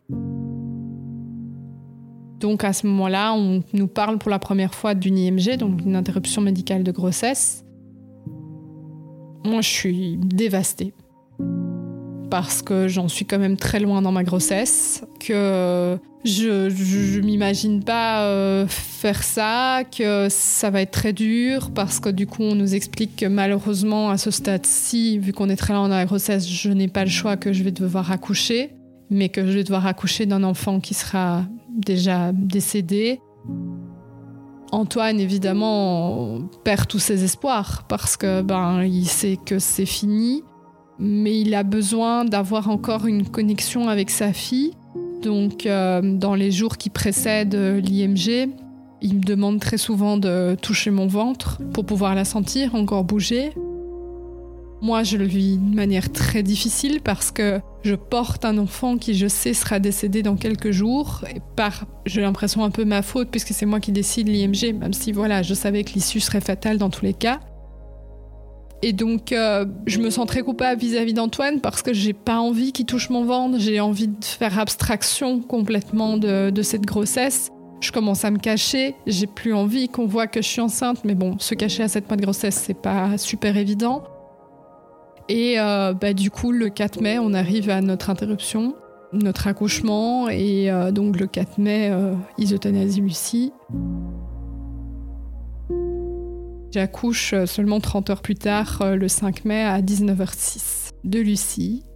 Donc à ce moment-là, on nous parle pour la première fois d'une IMG, donc d'une interruption médicale de grossesse. Moi, je suis dévastée. Parce que j'en suis quand même très loin dans ma grossesse, que je m'imagine pas faire ça, que ça va être très dur, parce que du coup, on nous explique que malheureusement, à ce stade-ci, vu qu'on est très loin dans la grossesse, je n'ai pas le choix, que je vais devoir accoucher, mais que je vais devoir accoucher d'un enfant qui sera déjà décédé. Antoine, évidemment, perd tous ses espoirs, parce que il sait que c'est fini. Mais il a besoin d'avoir encore une connexion avec sa fille. Donc, dans les jours qui précèdent l'IMG, il me demande très souvent de toucher mon ventre pour pouvoir la sentir encore bouger. Moi, je le vis de manière très difficile parce que je porte un enfant qui, je sais, sera décédé dans quelques jours. Et j'ai l'impression un peu ma faute puisque c'est moi qui décide l'IMG, même si je savais que l'issue serait fatale dans tous les cas. Et donc, je me sens très coupable vis-à-vis d'Antoine parce que j'ai pas envie qu'il touche mon ventre. J'ai envie de faire abstraction complètement de cette grossesse. Je commence à me cacher. J'ai plus envie qu'on voit que je suis enceinte. Mais bon, se cacher à 7 mois de grossesse, c'est pas super évident. Et du coup, le 4 mai, on arrive à notre interruption, notre accouchement. Et donc, le 4 mai, euthanasie Lucie. J'accouche seulement 30 heures plus tard, le 5 mai à 19h06 de Lucie.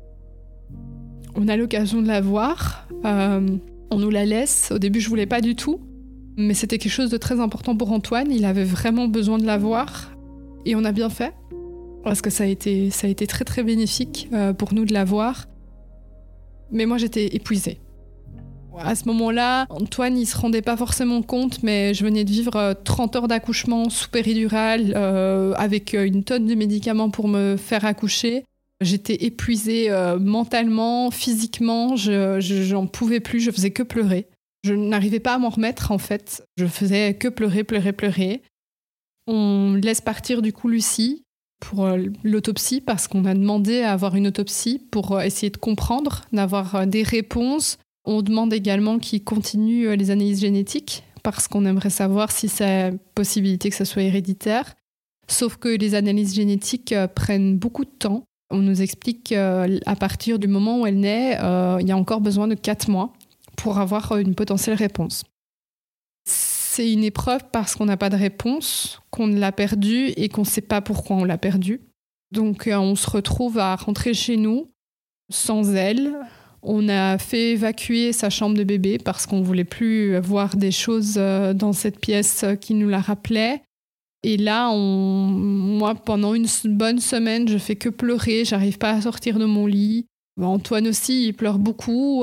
On a l'occasion de la voir. On nous la laisse. Au début, je voulais pas du tout. Mais c'était quelque chose de très important pour Antoine. Il avait vraiment besoin de la voir. Et on a bien fait. Parce que ça a été très, très bénéfique pour nous de la voir. Mais moi, j'étais épuisée. À ce moment-là, Antoine, il se rendait pas forcément compte, mais je venais de vivre 30 heures d'accouchement sous péridurale avec une tonne de médicaments pour me faire accoucher. J'étais épuisée mentalement, physiquement, j'en pouvais plus, je faisais que pleurer. Je n'arrivais pas à m'en remettre en fait, je faisais que pleurer. On laisse partir du coup Lucie pour l'autopsie parce qu'on a demandé à avoir une autopsie pour essayer de comprendre, d'avoir des réponses. On demande également qu'il continue les analyses génétiques parce qu'on aimerait savoir si c'est possibilité que ça soit héréditaire. Sauf que les analyses génétiques prennent beaucoup de temps. On nous explique qu'à partir du moment où elle naît, il y a encore besoin de 4 mois pour avoir une potentielle réponse. C'est une épreuve parce qu'on n'a pas de réponse, qu'on l'a perdue et qu'on ne sait pas pourquoi on l'a perdue. Donc on se retrouve à rentrer chez nous sans elle. On a fait évacuer sa chambre de bébé parce qu'on ne voulait plus voir des choses dans cette pièce qui nous la rappelaient. Et là, moi, pendant une bonne semaine, je fais que pleurer. J'arrive pas à sortir de mon lit. Antoine aussi, il pleure beaucoup.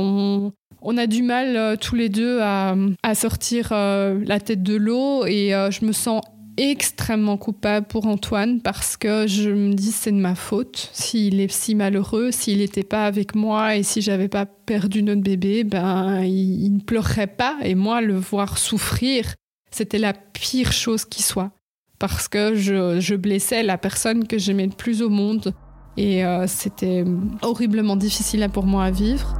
On a du mal tous les deux à sortir la tête de l'eau. Et je me sens extrêmement coupable pour Antoine parce que je me dis c'est de ma faute s'il est si malheureux, s'il n'était pas avec moi et si j'avais pas perdu notre bébé, il ne pleurerait pas et moi le voir souffrir, c'était la pire chose qui soit parce que je blessais la personne que j'aimais le plus au monde et c'était horriblement difficile pour moi à vivre.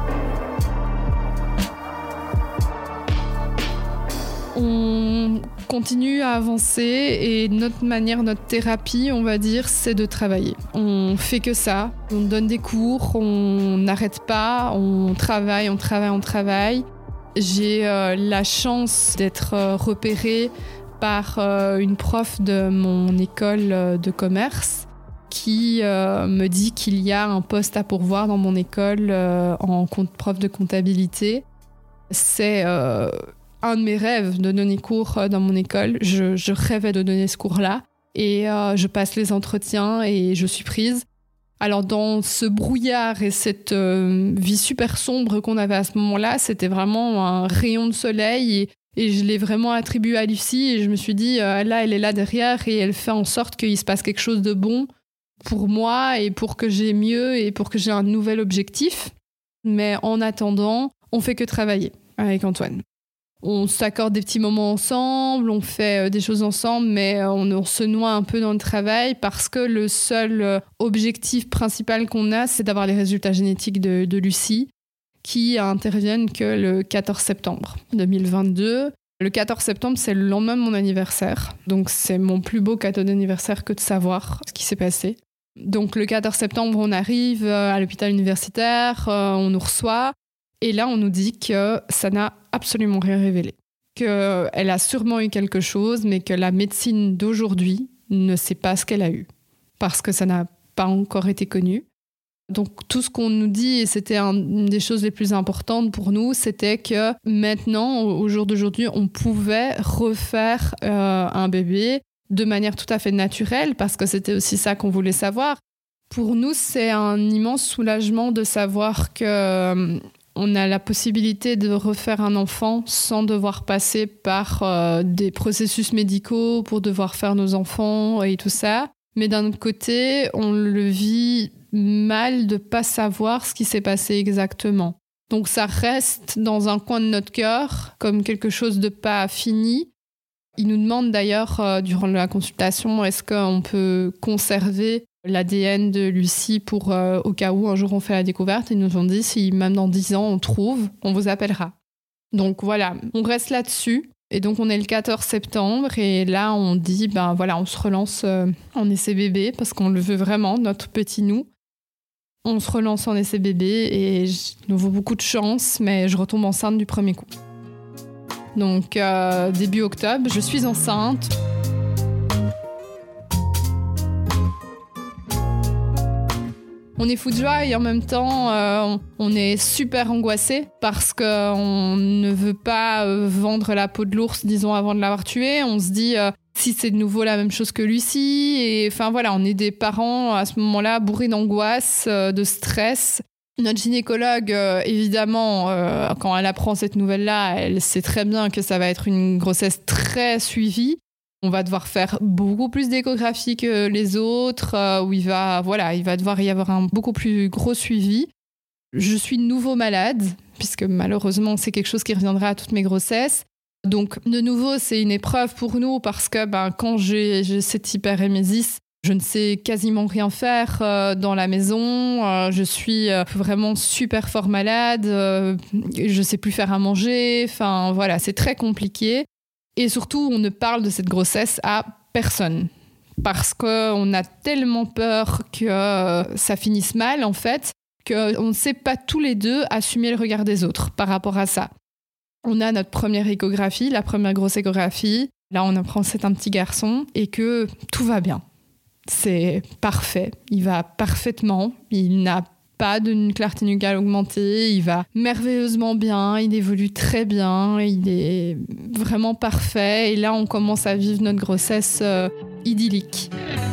On continue à avancer et notre thérapie, on va dire, c'est de travailler. On fait que ça, on donne des cours, on n'arrête pas, on travaille. J'ai la chance d'être repérée par une prof de mon école de commerce qui me dit qu'il y a un poste à pourvoir dans mon école en prof de comptabilité. C'est un de mes rêves de donner cours dans mon école. Je rêvais de donner ce cours-là et je passe les entretiens et je suis prise. Alors dans ce brouillard et cette vie super sombre qu'on avait à ce moment-là, c'était vraiment un rayon de soleil et je l'ai vraiment attribué à Lucie et je me suis dit, là elle est là derrière et elle fait en sorte qu'il se passe quelque chose de bon pour moi et pour que j'ai mieux et pour que j'ai un nouvel objectif. Mais en attendant, on fait que travailler avec Antoine. On s'accorde des petits moments ensemble, on fait des choses ensemble, mais on se noie un peu dans le travail parce que le seul objectif principal qu'on a, c'est d'avoir les résultats génétiques de Lucie qui interviennent que le 14 septembre 2022. Le 14 septembre, c'est le lendemain de mon anniversaire. Donc c'est mon plus beau cadeau d'anniversaire que de savoir ce qui s'est passé. Donc le 14 septembre, on arrive à l'hôpital universitaire, on nous reçoit. Et là, on nous dit que ça n'a absolument rien révélé. Qu'elle a sûrement eu quelque chose, mais que la médecine d'aujourd'hui ne sait pas ce qu'elle a eu. Parce que ça n'a pas encore été connu. Donc tout ce qu'on nous dit, et c'était une des choses les plus importantes pour nous, c'était que maintenant, au jour d'aujourd'hui, on pouvait refaire un bébé de manière tout à fait naturelle, parce que c'était aussi ça qu'on voulait savoir. Pour nous, c'est un immense soulagement de savoir que on a la possibilité de refaire un enfant sans devoir passer par des processus médicaux pour devoir faire nos enfants et tout ça. Mais d'un autre côté, on le vit mal de ne pas savoir ce qui s'est passé exactement. Donc ça reste dans un coin de notre cœur comme quelque chose de pas fini. Ils nous demandent d'ailleurs durant la consultation, est-ce qu'on peut conserver l'ADN de Lucie pour au cas où un jour on fait la découverte. Ils nous ont dit, si même dans 10 ans on trouve, on vous appellera. Donc voilà, on reste là-dessus. Et donc on est le 14 septembre et là on dit, ben voilà, on se relance en essai bébé parce qu'on le veut vraiment, notre petit nous. On se relance en essai bébé et je nous vaut beaucoup de chance, mais je retombe enceinte du premier coup. Donc début octobre, je suis enceinte. On est fou de joie et en même temps, on est super angoissé parce qu'on ne veut pas vendre la peau de l'ours, disons, avant de l'avoir tué. On se dit si c'est de nouveau la même chose que Lucie. Et enfin voilà, on est des parents à ce moment-là bourrés d'angoisse, de stress. Notre gynécologue, évidemment, quand elle apprend cette nouvelle-là, elle sait très bien que ça va être une grossesse très suivie. On va devoir faire beaucoup plus d'échographies que les autres, où il va devoir y avoir un beaucoup plus gros suivi. Je suis de nouveau malade, puisque malheureusement, c'est quelque chose qui reviendra à toutes mes grossesses. Donc, de nouveau, c'est une épreuve pour nous, parce que quand j'ai cette hyperémésis, je ne sais quasiment rien faire dans la maison. Je suis vraiment super fort malade. Je ne sais plus faire à manger. Enfin, voilà, c'est très compliqué. Et surtout, on ne parle de cette grossesse à personne. Parce qu'on a tellement peur que ça finisse mal, en fait, qu'on ne sait pas tous les deux assumer le regard des autres par rapport à ça. On a notre première échographie, la première grosse échographie. Là, on apprend que c'est un petit garçon et que tout va bien. C'est parfait. Il va parfaitement. Il n'a pas d'une clarté nucléaire augmentée, il va merveilleusement bien, il évolue très bien, il est vraiment parfait. Et là, on commence à vivre notre grossesse idyllique.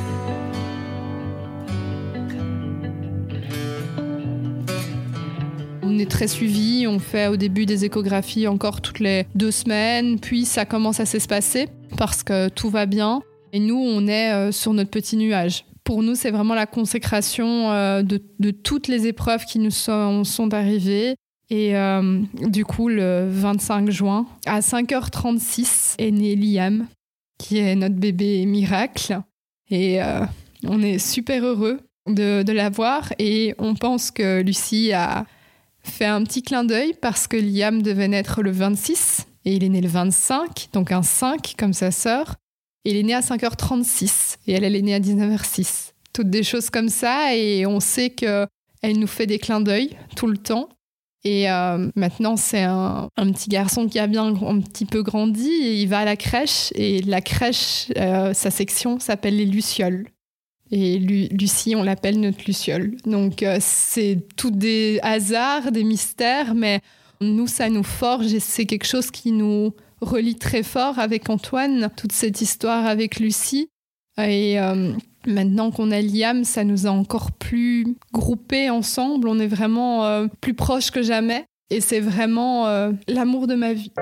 On est très suivi, on fait au début des échographies encore toutes les 2 semaines, puis ça commence à s'espacer parce que tout va bien. Et nous, on est sur notre petit nuage. Pour nous, c'est vraiment la consécration de toutes les épreuves qui nous sont arrivées. Et du coup, le 25 juin, à 5h36, est né Liam, qui est notre bébé miracle. Et on est super heureux de l'avoir. Et on pense que Lucie a fait un petit clin d'œil parce que Liam devait naître le 26. Et il est né le 25, donc un 5 comme sa sœur. Et il est né à 5h36 et elle est née à 19h06. Toutes des choses comme ça et on sait qu'elle nous fait des clins d'œil tout le temps. Et maintenant, c'est un petit garçon qui a bien un petit peu grandi et il va à la crèche. Et la crèche, sa section s'appelle les Lucioles. Et Lucie, on l'appelle notre Luciole. Donc, c'est tout des hasards, des mystères, mais nous, ça nous forge et c'est quelque chose qui nous relie très fort avec Antoine, toute cette histoire avec Lucie. Et maintenant qu'on a Liam, ça nous a encore plus groupés ensemble. On est vraiment plus proches que jamais. Et c'est vraiment l'amour de ma vie.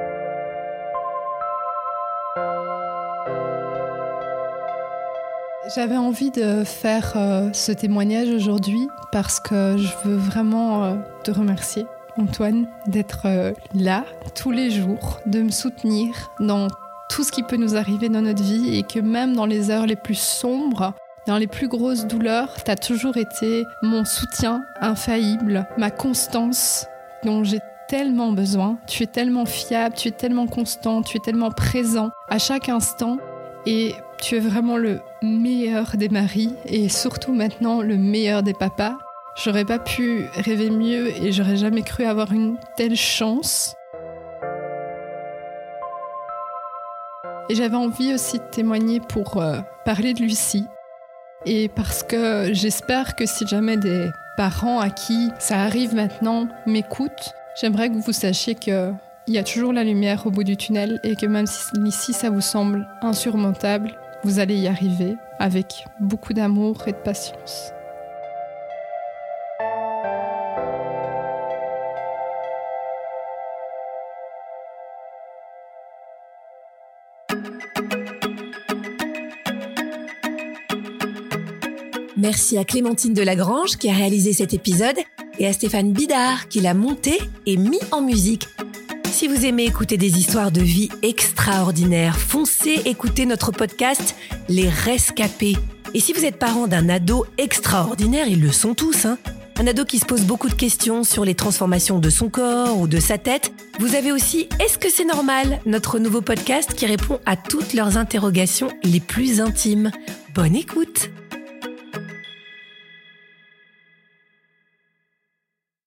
J'avais envie de faire ce témoignage aujourd'hui parce que je veux vraiment te remercier, Antoine, d'être là tous les jours, de me soutenir dans tout ce qui peut nous arriver dans notre vie et que même dans les heures les plus sombres, dans les plus grosses douleurs, tu as toujours été mon soutien infaillible, ma constance dont j'ai tellement besoin. Tu es tellement fiable, tu es tellement constant, tu es tellement présent à chaque instant et tu es vraiment le meilleur des maris et surtout maintenant le meilleur des papas. J'aurais pas pu rêver mieux et j'aurais jamais cru avoir une telle chance. Et j'avais envie aussi de témoigner pour parler de Lucie. Et parce que j'espère que si jamais des parents à qui ça arrive maintenant m'écoutent, j'aimerais que vous sachiez qu'il y a toujours la lumière au bout du tunnel et que même si ici ça vous semble insurmontable, vous allez y arriver avec beaucoup d'amour et de patience. Merci à Clémentine Delagrange qui a réalisé cet épisode et à Stéphane Bidard qui l'a monté et mis en musique. Si vous aimez écouter des histoires de vie extraordinaires, foncez écouter notre podcast Les Rescapés. Et si vous êtes parent d'un ado extraordinaire, ils le sont tous, un ado qui se pose beaucoup de questions sur les transformations de son corps ou de sa tête, vous avez aussi Est-ce que c'est normal ? Notre nouveau podcast qui répond à toutes leurs interrogations les plus intimes. Bonne écoute!